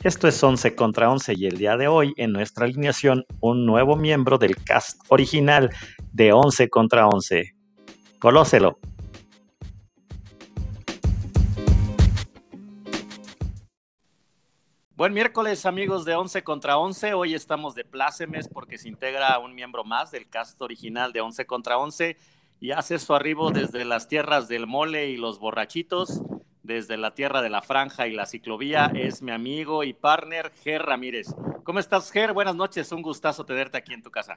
Esto es 11 contra 11 y el día de hoy en nuestra alineación un nuevo miembro del cast original de 11 contra 11. Conócelo. Buen miércoles, amigos de 11 contra 11. Hoy estamos de plácemes porque se integra un miembro más del cast original de 11 contra 11 y hace su arribo desde las tierras del mole y los borrachitos, desde la tierra de la franja y la ciclovía. Es mi amigo y partner, Ger Ramírez. ¿Cómo estás, Ger? Buenas noches, un gustazo tenerte aquí en tu casa.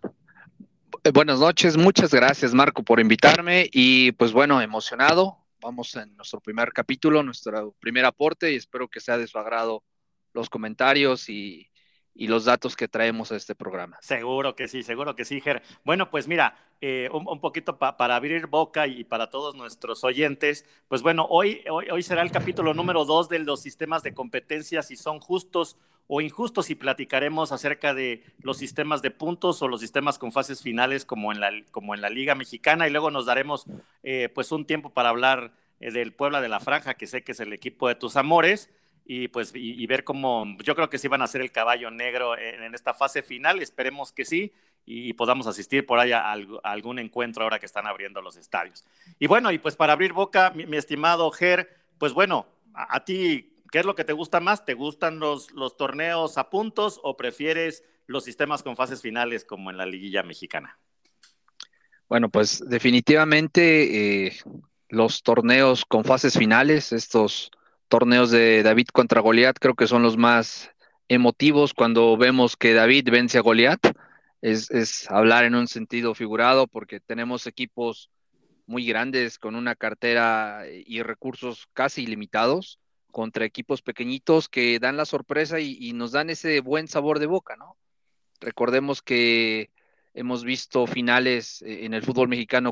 Buenas noches, muchas gracias, Marco, por invitarme y pues bueno, emocionado. Vamos en nuestro primer capítulo, nuestro primer aporte y espero que sea de su agrado los comentarios y los datos que traemos a este programa. Seguro que sí, Ger. Bueno, pues mira, un poquito para abrir boca y para todos nuestros oyentes, pues bueno, hoy será el capítulo número 2 de los sistemas de competencia, si son justos o injustos, y platicaremos acerca de los sistemas de puntos o los sistemas con fases finales como en la Liga Mexicana, y luego nos daremos pues un tiempo para hablar del Puebla de la Franja, que sé que es el equipo de tus amores, y pues y ver cómo yo creo que sí van a ser el caballo negro en esta fase final. Esperemos que sí y podamos asistir por ahí a algún encuentro ahora que están abriendo los estadios. Y bueno, y pues para abrir boca, mi estimado Ger, pues bueno, a ti, ¿qué es lo que te gusta más? ¿Te gustan los torneos a puntos o prefieres los sistemas con fases finales como en la liguilla mexicana? Bueno, pues definitivamente los torneos con fases finales, estos torneos de David contra Goliat, creo que son los más emotivos cuando vemos que David vence a Goliat. Es hablar en un sentido figurado porque tenemos equipos muy grandes con una cartera y recursos casi ilimitados contra equipos pequeñitos que dan la sorpresa y nos dan ese buen sabor de boca, ¿no? Recordemos que hemos visto finales en el fútbol mexicano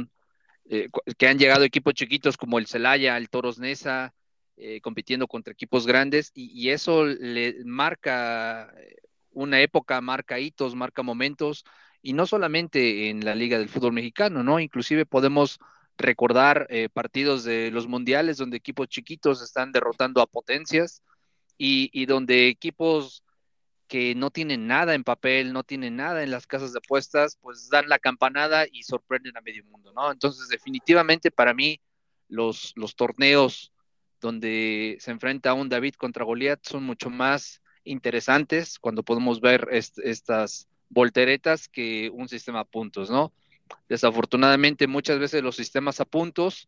que han llegado equipos chiquitos como el Celaya, el Toros Neza, compitiendo contra equipos grandes y eso le marca una época, marca hitos, marca momentos y no solamente en la Liga del Fútbol Mexicano, ¿no? Inclusive podemos recordar partidos de los mundiales donde equipos chiquitos están derrotando a potencias y donde equipos que no tienen nada en papel, no tienen nada en las casas de apuestas, pues dan la campanada y sorprenden a medio mundo, ¿no? Entonces, definitivamente para mí, los torneos donde se enfrenta un David contra Goliat son mucho más interesantes cuando podemos ver estas volteretas que un sistema a puntos, ¿no? Desafortunadamente, muchas veces los sistemas a puntos,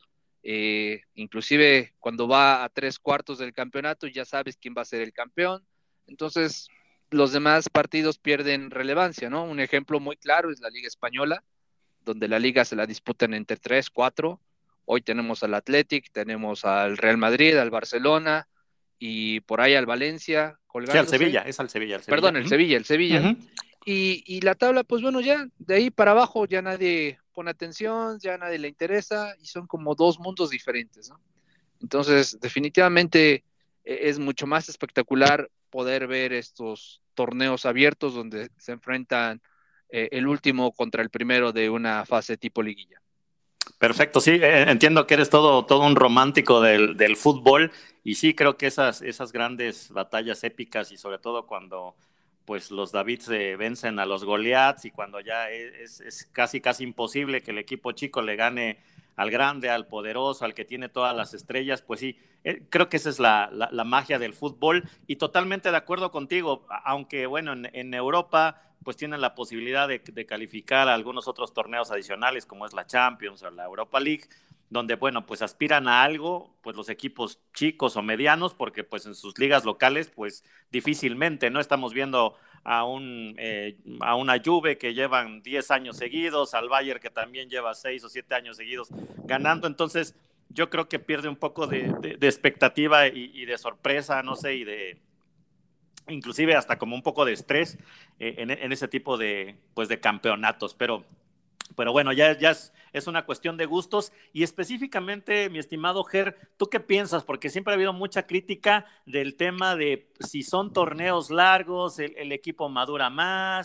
inclusive cuando va a 3/4 del campeonato, ya sabes quién va a ser el campeón. Entonces, los demás partidos pierden relevancia, ¿no? Un ejemplo muy claro es la Liga Española, donde la liga se la disputan entre 3, 4. Hoy tenemos al Athletic, tenemos al Real Madrid, al Barcelona y por ahí al Valencia Sí, al colgándose. Sevilla, es al Sevilla. Perdón, Uh-huh. el Sevilla. Uh-huh. Y la tabla, pues bueno, ya de ahí para abajo ya nadie pone atención, ya nadie le interesa y son como dos mundos diferentes, ¿no? Entonces, definitivamente es mucho más espectacular poder ver estos torneos abiertos donde se enfrentan el último contra el primero de una fase tipo liguilla. Perfecto, sí, entiendo que eres todo un romántico del fútbol y sí, creo que esas grandes batallas épicas y sobre todo cuando pues los Davids vencen a los Goliaths y cuando ya es casi imposible que el equipo chico le gane al grande, al poderoso, al que tiene todas las estrellas, pues sí, creo que esa es la magia del fútbol y totalmente de acuerdo contigo, aunque bueno, en Europa pues tienen la posibilidad de calificar a algunos otros torneos adicionales como es la Champions o la Europa League, donde bueno, pues aspiran a algo, pues los equipos chicos o medianos, porque pues en sus ligas locales, pues difícilmente, ¿no? Estamos viendo a una Juve que llevan 10 años seguidos, al Bayern que también lleva 6 o 7 años seguidos ganando, entonces yo creo que pierde un poco de expectativa y de sorpresa, no sé, y de inclusive hasta como un poco de estrés en ese tipo pues de campeonatos, pero bueno, ya es una cuestión de gustos y específicamente, mi estimado Ger, ¿tú qué piensas? Porque siempre ha habido mucha crítica del tema de si son torneos largos, el equipo madura más,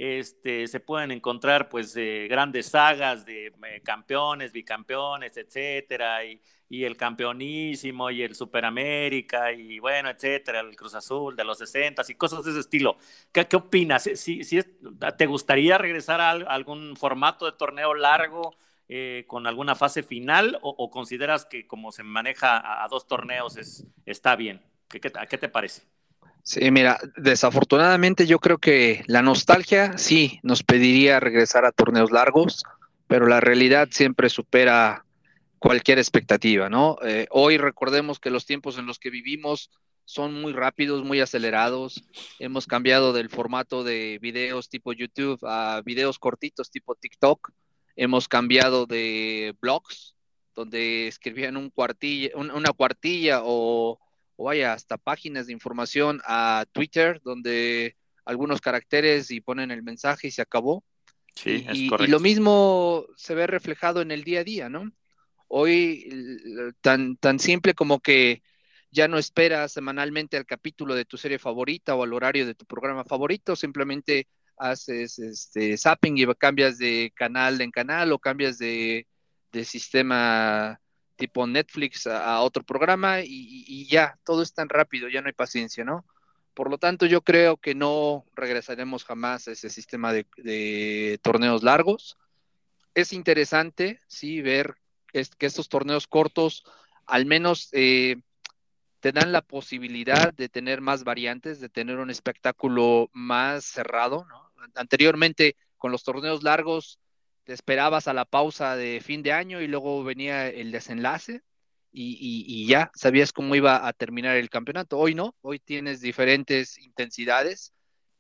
se pueden encontrar pues grandes sagas de campeones, bicampeones, etcétera, y el campeonísimo y el Superamérica y bueno, etcétera, el Cruz Azul de los 60 y cosas de ese estilo. ¿Qué opinas? ¿Te gustaría regresar a algún formato de torneo largo con alguna fase final o consideras que como se maneja a dos torneos está bien? ¿A qué te parece? Sí, mira, desafortunadamente yo creo que la nostalgia sí nos pediría regresar a torneos largos, pero la realidad siempre supera cualquier expectativa, ¿no? Hoy recordemos que los tiempos en los que vivimos son muy rápidos, muy acelerados. Hemos cambiado del formato de videos tipo YouTube a videos cortitos tipo TikTok. Hemos cambiado de blogs, donde escribían una cuartilla o vaya, hasta páginas de información a Twitter, donde algunos caracteres y ponen el mensaje y se acabó. Sí, es Y lo correcto. mismo se ve reflejado en el día a día, ¿no? Hoy, tan simple como que ya no esperas semanalmente el capítulo de tu serie favorita o al horario de tu programa favorito, simplemente haces zapping y cambias de canal en canal o cambias de sistema tipo Netflix a otro programa y ya, todo es tan rápido, ya no hay paciencia, ¿no? Por lo tanto, yo creo que no regresaremos jamás a ese sistema de torneos largos. Es interesante, sí, ver que estos torneos cortos al menos te dan la posibilidad de tener más variantes, de tener un espectáculo más cerrado, ¿no? Anteriormente, con los torneos largos, te esperabas a la pausa de fin de año y luego venía el desenlace y ya sabías cómo iba a terminar el campeonato. Hoy no, hoy tienes diferentes intensidades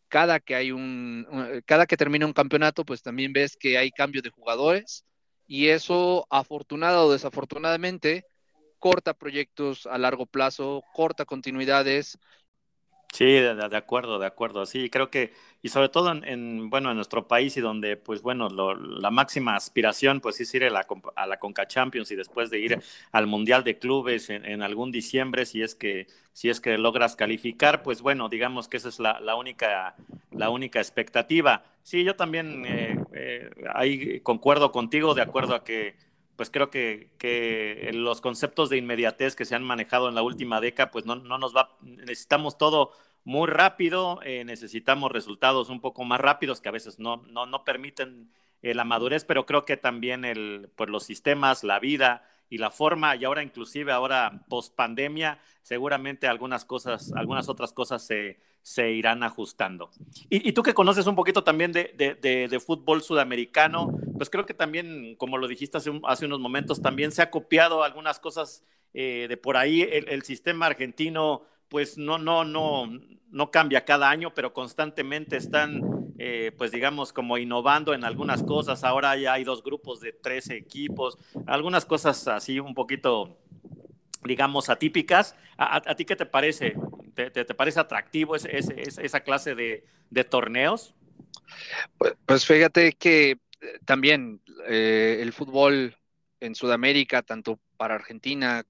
cada que termina un campeonato, pues también ves que hay cambio de jugadores y eso, afortunado o desafortunadamente, corta proyectos a largo plazo, corta continuidades. Sí, de acuerdo, de acuerdo. Sí, creo que, y sobre todo bueno, en nuestro país y donde, pues bueno, la máxima aspiración, pues es ir a la Conca Champions y después de ir al Mundial de Clubes en algún diciembre, si es que logras calificar, pues bueno, digamos que esa es la única expectativa. Sí, yo también ahí concuerdo contigo, de acuerdo a que pues creo que los conceptos de inmediatez que se han manejado en la última década, pues no nos va, necesitamos todo muy rápido, necesitamos resultados un poco más rápidos que a veces no permiten la madurez, pero creo que también pues los sistemas, la vida y la forma, y ahora inclusive ahora post pandemia, seguramente algunas otras cosas se irán ajustando. Y tú que conoces un poquito también de fútbol sudamericano, pues creo que también, como lo dijiste hace unos momentos, también se ha copiado algunas cosas de por ahí. El sistema argentino, pues no cambia cada año, pero constantemente están, pues digamos, como innovando en algunas cosas. Ahora ya hay 2 grupos de 13 equipos, algunas cosas así un poquito, digamos, atípicas. ¿A ti qué te parece? ¿Te parece atractivo esa clase de torneos? Pues fíjate que también el fútbol en Sudamérica, tanto para Argentina,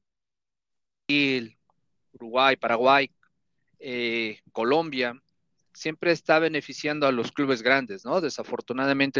Uruguay, Paraguay, Colombia, siempre está beneficiando a los clubes grandes, ¿no? Desafortunadamente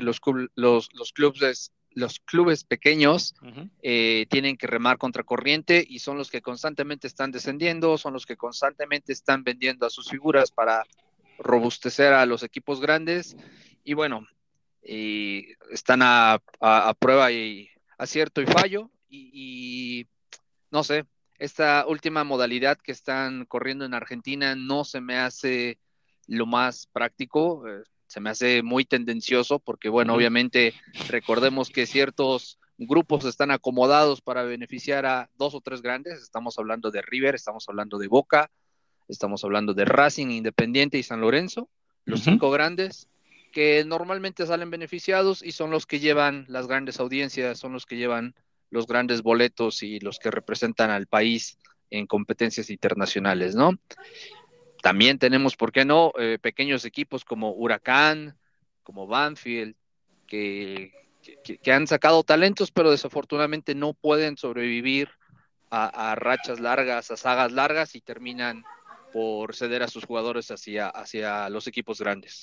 los clubes pequeños Uh-huh. tienen que remar contra corriente y son los que constantemente están descendiendo, son los que constantemente están vendiendo a sus figuras para robustecer a los equipos grandes y bueno, están a prueba y acierto y fallo y no sé, esta última modalidad que están corriendo en Argentina no se me hace lo más práctico, se me hace muy tendencioso porque, bueno, Uh-huh. obviamente recordemos que ciertos grupos están acomodados para beneficiar a 2 o 3 grandes, estamos hablando de River, estamos hablando de Boca, estamos hablando de Racing, Independiente y San Lorenzo, los Uh-huh. 5 grandes que normalmente salen beneficiados y son los que llevan las grandes audiencias, son los que llevan los grandes boletos y los que representan al país en competencias internacionales, ¿no? También tenemos, ¿por qué no?, pequeños equipos como Huracán, como Banfield, que, que han sacado talentos, pero desafortunadamente no pueden sobrevivir a rachas largas, a sagas largas y terminan por ceder a sus jugadores hacia los equipos grandes.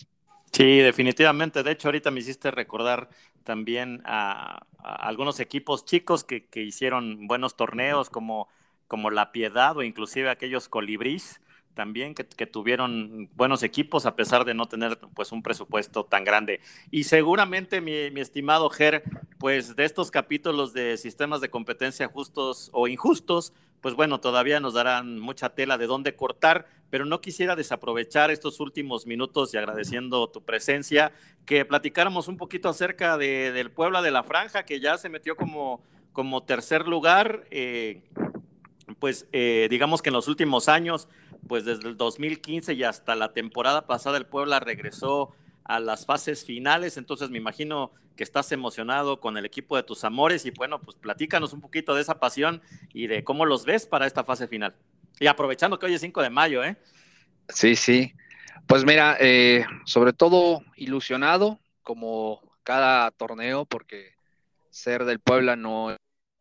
Sí, definitivamente. De hecho, ahorita me hiciste recordar también a algunos equipos chicos que hicieron buenos torneos, como La Piedad o inclusive aquellos Colibrís también que tuvieron buenos equipos a pesar de no tener pues un presupuesto tan grande. Y seguramente, mi estimado Ger, pues de estos capítulos de sistemas de competencia justos o injustos, pues bueno, todavía nos darán mucha tela de dónde cortar, pero no quisiera desaprovechar estos últimos minutos y agradeciendo tu presencia, que platicáramos un poquito acerca del Puebla de la Franja, que ya se metió como tercer lugar, pues digamos que en los últimos años, pues desde el 2015 y hasta la temporada pasada, el Puebla regresó a las fases finales, entonces me imagino que estás emocionado con el equipo de tus amores y bueno, pues platícanos un poquito de esa pasión y de cómo los ves para esta fase final. Y aprovechando que hoy es 5 de mayo, ¿eh? Sí, sí. Pues mira, sobre todo ilusionado como cada torneo, porque ser del Puebla no es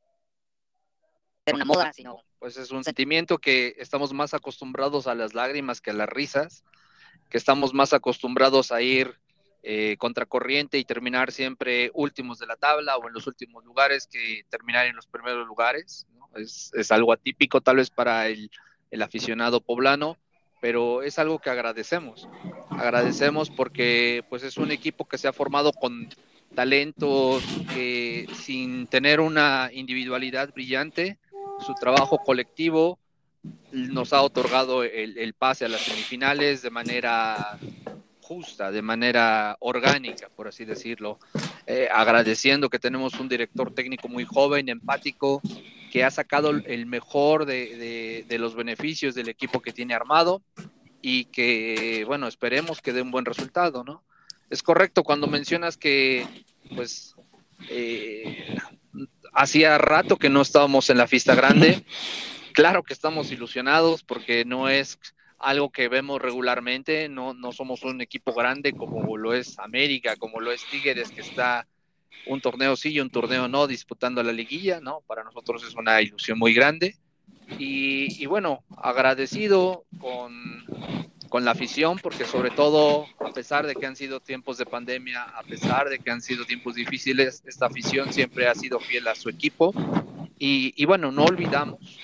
una moda, sino pues es un sentimiento que estamos más acostumbrados a las lágrimas que a las risas, que estamos más acostumbrados a ir contracorriente y terminar siempre últimos de la tabla o en los últimos lugares que terminar en los primeros lugares, ¿no? Es algo atípico tal vez para el aficionado poblano, pero es algo que agradecemos. Agradecemos porque pues es un equipo que se ha formado con talentos que sin tener una individualidad brillante, su trabajo colectivo nos ha otorgado el pase a las semifinales de manera justa, de manera orgánica, por así decirlo, agradeciendo que tenemos un director técnico muy joven, empático, que ha sacado el mejor de los beneficios del equipo que tiene armado y que, bueno, esperemos que dé un buen resultado, ¿no? Es correcto cuando mencionas que, pues, hacía rato que no estábamos en la fiesta grande. Claro que estamos ilusionados porque no es algo que vemos regularmente, no somos un equipo grande como lo es América, como lo es Tigres, que está un torneo sí y un torneo no disputando la liguilla, ¿no? Para nosotros es una ilusión muy grande. Y bueno, agradecido con la afición, porque sobre todo, a pesar de que han sido tiempos de pandemia, a pesar de que han sido tiempos difíciles, esta afición siempre ha sido fiel a su equipo. Y bueno, no olvidamos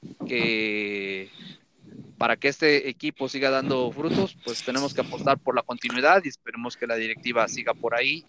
que para que este equipo siga dando frutos, pues tenemos que apostar por la continuidad y esperemos que la directiva siga por ahí,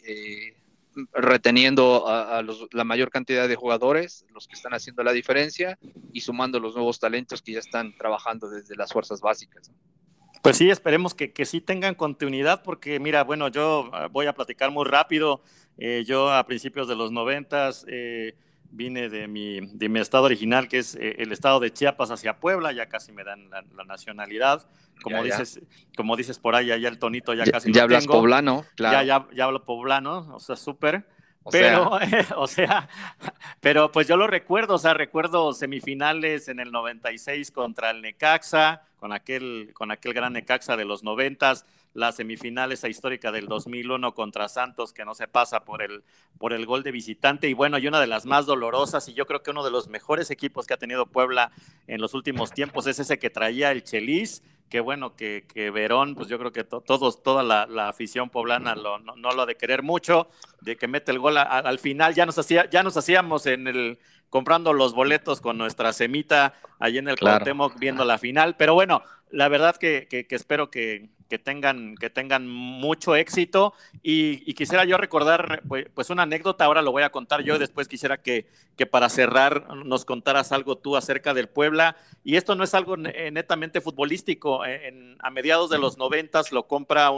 reteniendo la mayor cantidad de jugadores, los que están haciendo la diferencia y sumando los nuevos talentos que ya están trabajando desde las fuerzas básicas. Pues sí, esperemos que sí tengan continuidad, porque mira, bueno, yo voy a platicar muy rápido. Yo a principios de los 90 vine de mi estado original, que es el estado de Chiapas hacia Puebla, ya casi me dan la nacionalidad. Como Ya. dices, como dices por ahí, ya el tonito ya Ya, casi ya lo hablas tengo. poblano, claro. Ya hablo poblano, o sea, súper. O sea, Pero, o sea, pero pues yo lo recuerdo, o sea, recuerdo semifinales en el 96 contra el Necaxa, con aquel gran Necaxa de los 90, la semifinal esa histórica del 2001 contra Santos, que no se pasa por el gol de visitante, y bueno, y una de las más dolorosas, y yo creo que uno de los mejores equipos que ha tenido Puebla en los últimos tiempos es ese que traía el Chelis, que bueno, que Verón, pues yo creo que toda la afición poblana no lo ha de querer mucho, de que mete el gol al final, ya nos hacíamos comprando los boletos con nuestra semita allí en el claro. Cuauhtémoc viendo la final, pero bueno, la verdad que espero que tengan mucho éxito y quisiera yo recordar pues una anécdota, ahora lo voy a contar yo, después quisiera que para cerrar nos contaras algo tú acerca del Puebla, y esto no es algo netamente futbolístico. A mediados de los 90 lo compra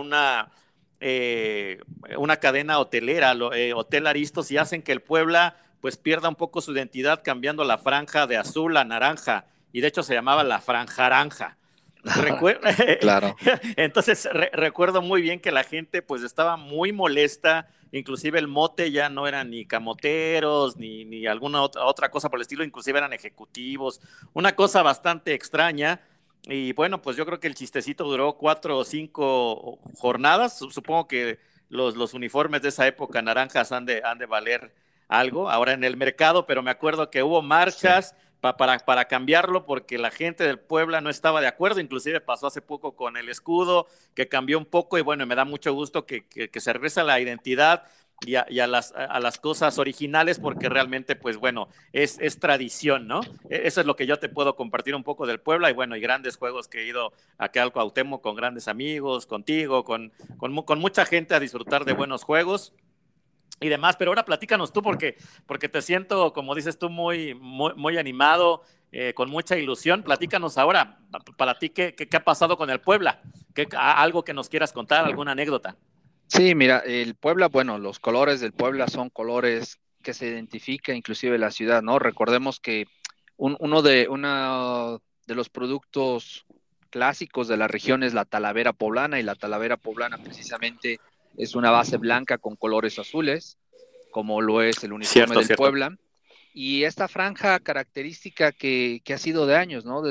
una cadena hotelera, Hotel Aristos, y hacen que el Puebla pues pierda un poco su identidad cambiando la franja de azul a naranja, y de hecho se llamaba la franjaranja. Claro. Entonces recuerdo muy bien que la gente pues estaba muy molesta, inclusive el mote ya no eran ni camoteros ni alguna otra cosa por el estilo, inclusive eran ejecutivos, una cosa bastante extraña. Y bueno, pues yo creo que el chistecito duró 4 o 5 jornadas. Supongo que los uniformes de esa época naranjas han de valer algo ahora en el mercado, pero me acuerdo que hubo marchas, Sí. para cambiarlo, porque la gente del Puebla no estaba de acuerdo, inclusive pasó hace poco con el escudo, que cambió un poco, y bueno, me da mucho gusto que se regrese a la identidad y a las cosas originales, porque realmente, pues bueno, es tradición, ¿no? Eso es lo que yo te puedo compartir un poco del Puebla, y bueno, y grandes juegos que he ido acá al Cuauhtémoc con grandes amigos, contigo, con mucha gente a disfrutar de buenos juegos y demás. Pero ahora platícanos tú, porque te siento, como dices tú, muy animado, con mucha ilusión. Platícanos ahora, para ti, ¿qué ha pasado con el Puebla? Algo que nos quieras contar, alguna anécdota. Sí, mira, el Puebla, bueno, los colores del Puebla son colores que se identifica inclusive la ciudad, ¿no? Recordemos que uno de los productos clásicos de la región es la talavera poblana, y la talavera poblana precisamente es una base blanca con colores azules, como lo es el uniforme del Puebla. Y esta franja característica que ha sido de años, ¿no?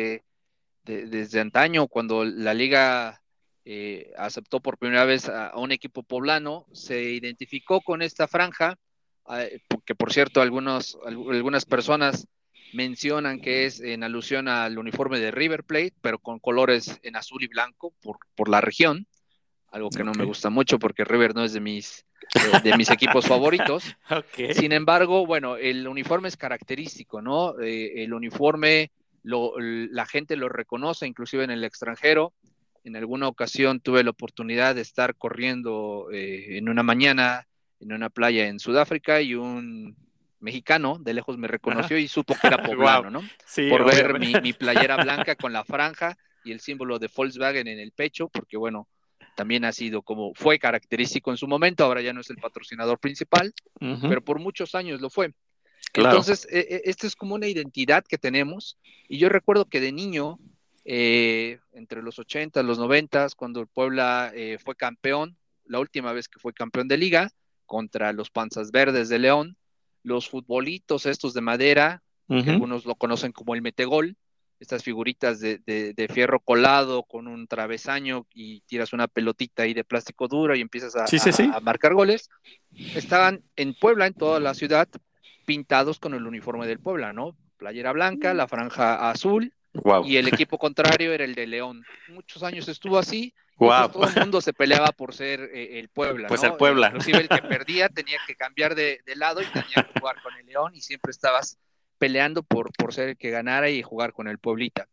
Desde antaño, cuando la liga aceptó por primera vez a un equipo poblano, se identificó con esta franja, que por cierto algunas personas mencionan que es en alusión al uniforme de River Plate, pero con colores en azul y blanco por la región, algo que no me gusta mucho porque River no es de mis equipos favoritos. Sin embargo, bueno, el uniforme es característico, ¿no? El uniforme la gente lo reconoce, inclusive en el extranjero. En alguna ocasión tuve la oportunidad de estar corriendo en una mañana en una playa en Sudáfrica, y un mexicano de lejos me reconoció y supo que era poblano, ¿no? Sí, por ver mi playera blanca con la franja y el símbolo de Volkswagen en el pecho, porque bueno, también fue característico en su momento. Ahora ya no es el patrocinador principal, pero por muchos años lo fue. Claro. Entonces, esta es como una identidad que tenemos, y yo recuerdo que de niño, entre los 80, los 90, cuando el Puebla fue campeón, la última vez que fue campeón de liga, contra los Panzas Verdes de León, los futbolitos estos de madera, que algunos lo conocen como el metegol, estas figuritas de fierro colado con un travesaño, y tiras una pelotita ahí de plástico duro y empiezas a marcar goles, estaban en Puebla, en toda la ciudad, pintados con el uniforme del Puebla, ¿no? Playera blanca, la franja azul, y el equipo contrario era el de León. Muchos años estuvo así, y pues todo el mundo se peleaba por ser el Puebla, pues ¿no? El Puebla. Inclusive el que perdía tenía que cambiar de lado y tenía que jugar con el León, y siempre estabas peleando por ser el que ganara y jugar con el Pueblita.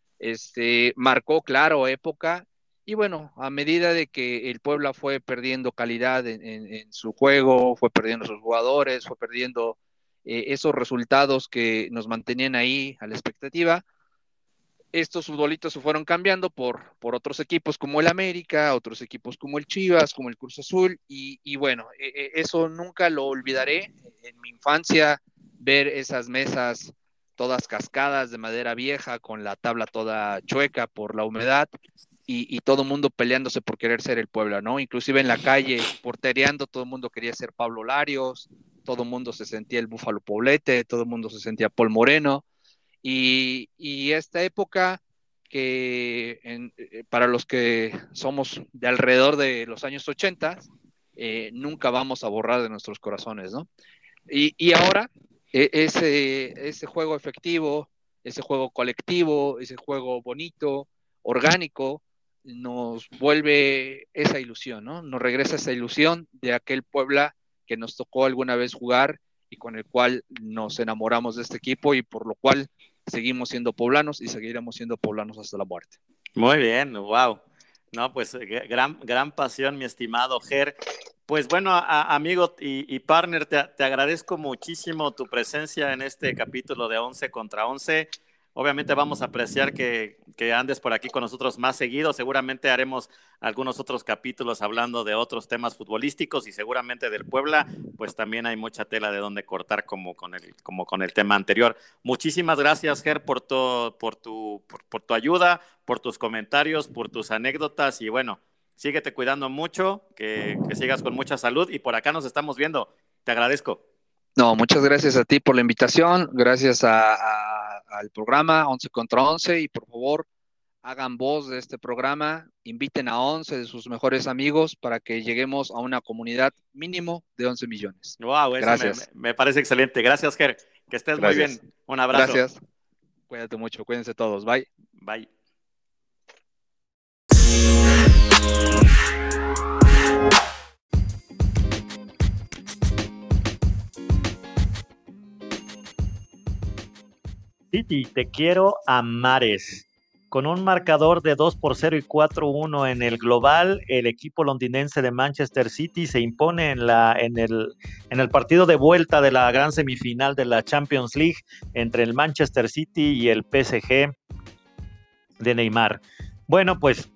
Marcó, claro, época, y bueno, a medida de que el Puebla fue perdiendo calidad en su juego, fue perdiendo sus jugadores, fue perdiendo esos resultados que nos mantenían ahí a la expectativa, estos futbolitos se fueron cambiando por otros equipos como el América, otros equipos como el Chivas, como el Cruz Azul, y bueno, eso nunca lo olvidaré. En mi infancia, ver esas mesas todas cascadas de madera vieja, con la tabla toda chueca por la humedad, y todo el mundo peleándose por querer ser el Puebla, ¿no? Inclusive en la calle, portereando, todo el mundo quería ser Pablo Larios, todo el mundo se sentía el Búfalo Poblete, todo el mundo se sentía Paul Moreno, y esta época que para los que somos de alrededor de los años 80, nunca vamos a borrar de nuestros corazones, ¿no? Y ahora, ese juego efectivo, ese juego colectivo, ese juego bonito, orgánico, nos vuelve esa ilusión, ¿no? Nos regresa esa ilusión de aquel Puebla que nos tocó alguna vez jugar, y con el cual nos enamoramos de este equipo, y por lo cual seguimos siendo poblanos y seguiremos siendo poblanos hasta la muerte. Muy bien, wow. No, pues gran pasión, mi estimado Ger. Pues bueno, amigo y partner, te agradezco muchísimo tu presencia en este capítulo de 11 contra 11. Obviamente vamos a apreciar que andes por aquí con nosotros más seguido. Seguramente haremos algunos otros capítulos hablando de otros temas futbolísticos, y seguramente del Puebla, pues también hay mucha tela de donde cortar, como con el tema anterior. Muchísimas gracias, Ger, por tu ayuda, por tus comentarios, por tus anécdotas, y bueno, síguete cuidando mucho, que sigas con mucha salud, y por acá nos estamos viendo. Te agradezco. No, muchas gracias a ti por la invitación, gracias al programa 11 contra 11, y por favor hagan voz de este programa, inviten a 11 de sus mejores amigos para que lleguemos a una comunidad mínimo de 11 millones. Wow, eso gracias. Me parece excelente. Gracias, Ger. Que estés Gracias. muy bien. Un abrazo. Gracias. Cuídate mucho, cuídense todos. Bye. Bye. City, te quiero a mares. Con un marcador de 2-0 y 4-1 en el global, el equipo londinense de Manchester City se impone en el partido de vuelta de la gran semifinal de la Champions League entre el Manchester City y el PSG de Neymar. Bueno, pues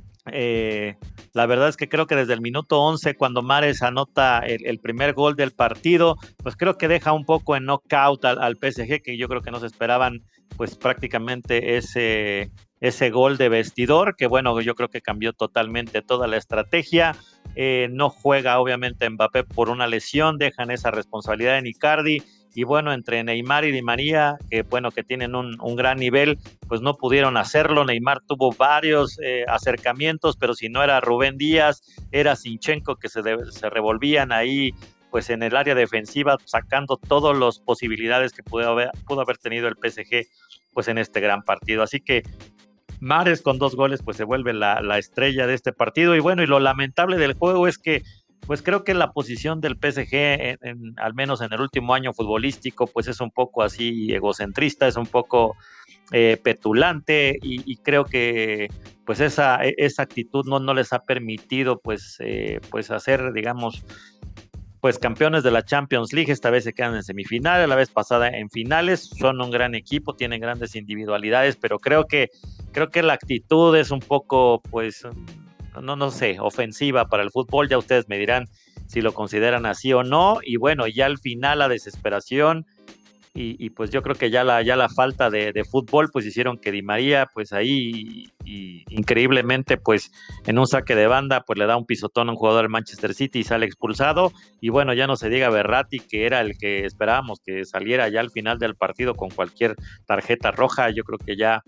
la verdad es que creo que desde el minuto 11, cuando Mahrez anota el primer gol del partido, pues creo que deja un poco en knockout al PSG, que yo creo que no se esperaban pues prácticamente ese gol de vestidor, que bueno, yo creo que cambió totalmente toda la estrategia. No juega obviamente Mbappé por una lesión, dejan esa responsabilidad en Icardi, y bueno, entre Neymar y Di María, que bueno, que tienen un gran nivel, pues no pudieron hacerlo. Neymar tuvo varios acercamientos, pero si no era Rubén Díaz, era Zinchenko, que se revolvían ahí pues en el área defensiva, sacando todas las posibilidades que pudo haber tenido el PSG pues en este gran partido. Así que Mahrez con 2 goles pues se vuelve la estrella de este partido. Y bueno, y lo lamentable del juego es que pues creo que la posición del PSG, al menos en el último año futbolístico, pues es un poco así egocentrista, es un poco petulante, y creo que pues esa actitud no les ha permitido pues hacer, digamos, pues campeones de la Champions League. Esta vez se quedan en semifinales, la vez pasada en finales. Son un gran equipo, tienen grandes individualidades, pero creo que la actitud es un poco, pues, no sé, ofensiva para el fútbol. Ya ustedes me dirán si lo consideran así o no. Y bueno, ya al final la desesperación y pues yo creo que ya la falta de fútbol pues hicieron que Di María pues ahí y increíblemente pues en un saque de banda pues le da un pisotón a un jugador del Manchester City y sale expulsado. Y bueno, ya no se diga Verratti, que era el que esperábamos que saliera ya al final del partido con cualquier tarjeta roja. Yo creo que ya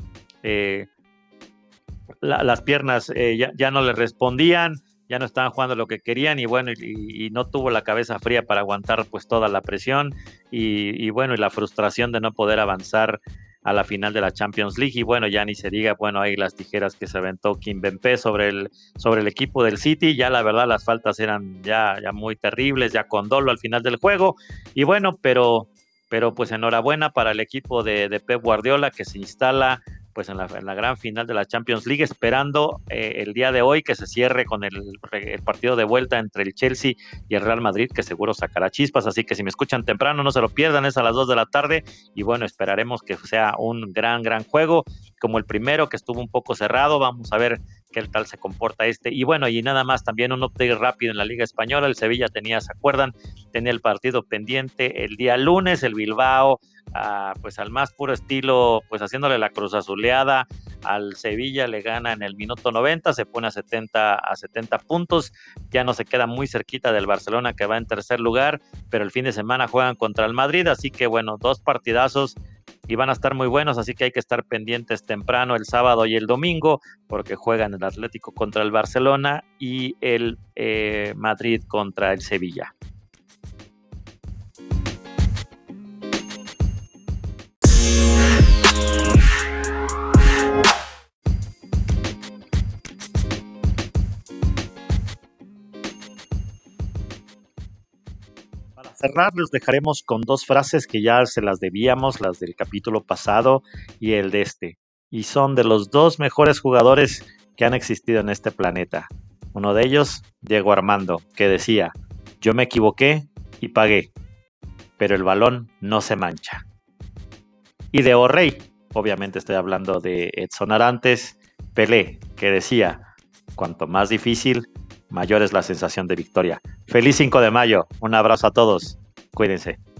las piernas ya no le respondían, ya no estaban jugando lo que querían, y bueno, y no tuvo la cabeza fría para aguantar pues toda la presión y bueno, y la frustración de no poder avanzar a la final de la Champions League. Y bueno, ya ni se diga, bueno, ahí las tijeras que se aventó Kimpembe sobre el equipo del City. Ya la verdad las faltas eran ya muy terribles, ya con dolo al final del juego. Y bueno, pero pues enhorabuena para el equipo de Pep Guardiola, que se instala pues en la gran final de la Champions League, esperando el día de hoy que se cierre con el partido de vuelta entre el Chelsea y el Real Madrid, que seguro sacará chispas. Así que si me escuchan temprano, no se lo pierdan, es a las 2 de la tarde. Y bueno, esperaremos que sea un gran juego, como el primero, que estuvo un poco cerrado. Vamos a ver qué tal se comporta este. Y bueno, y nada más, también un update rápido en la Liga Española. El Sevilla ¿se acuerdan? Tenía el partido pendiente el día lunes. El Bilbao, pues al más puro estilo, pues haciéndole la cruz azuleada al Sevilla, le gana en el minuto 90, se pone a 70 puntos, ya no se queda muy cerquita del Barcelona, que va en tercer lugar, pero el fin de semana juegan contra el Madrid. Así que bueno, 2 partidazos y van a estar muy buenos, así que hay que estar pendientes temprano el sábado y el domingo, porque juegan el Atlético contra el Barcelona y el Madrid contra el Sevilla. Para cerrar, los dejaremos con 2 frases que ya se las debíamos, las del capítulo pasado y el de este. Y son de los 2 mejores jugadores que han existido en este planeta. Uno de ellos, Diego Armando, que decía: yo me equivoqué y pagué, pero el balón no se mancha. Y de O'Reilly, obviamente estoy hablando de Edson Arantes, Pelé, que decía: cuanto más difícil, mayor es la sensación de victoria. Feliz 5 de mayo, un abrazo a todos, cuídense.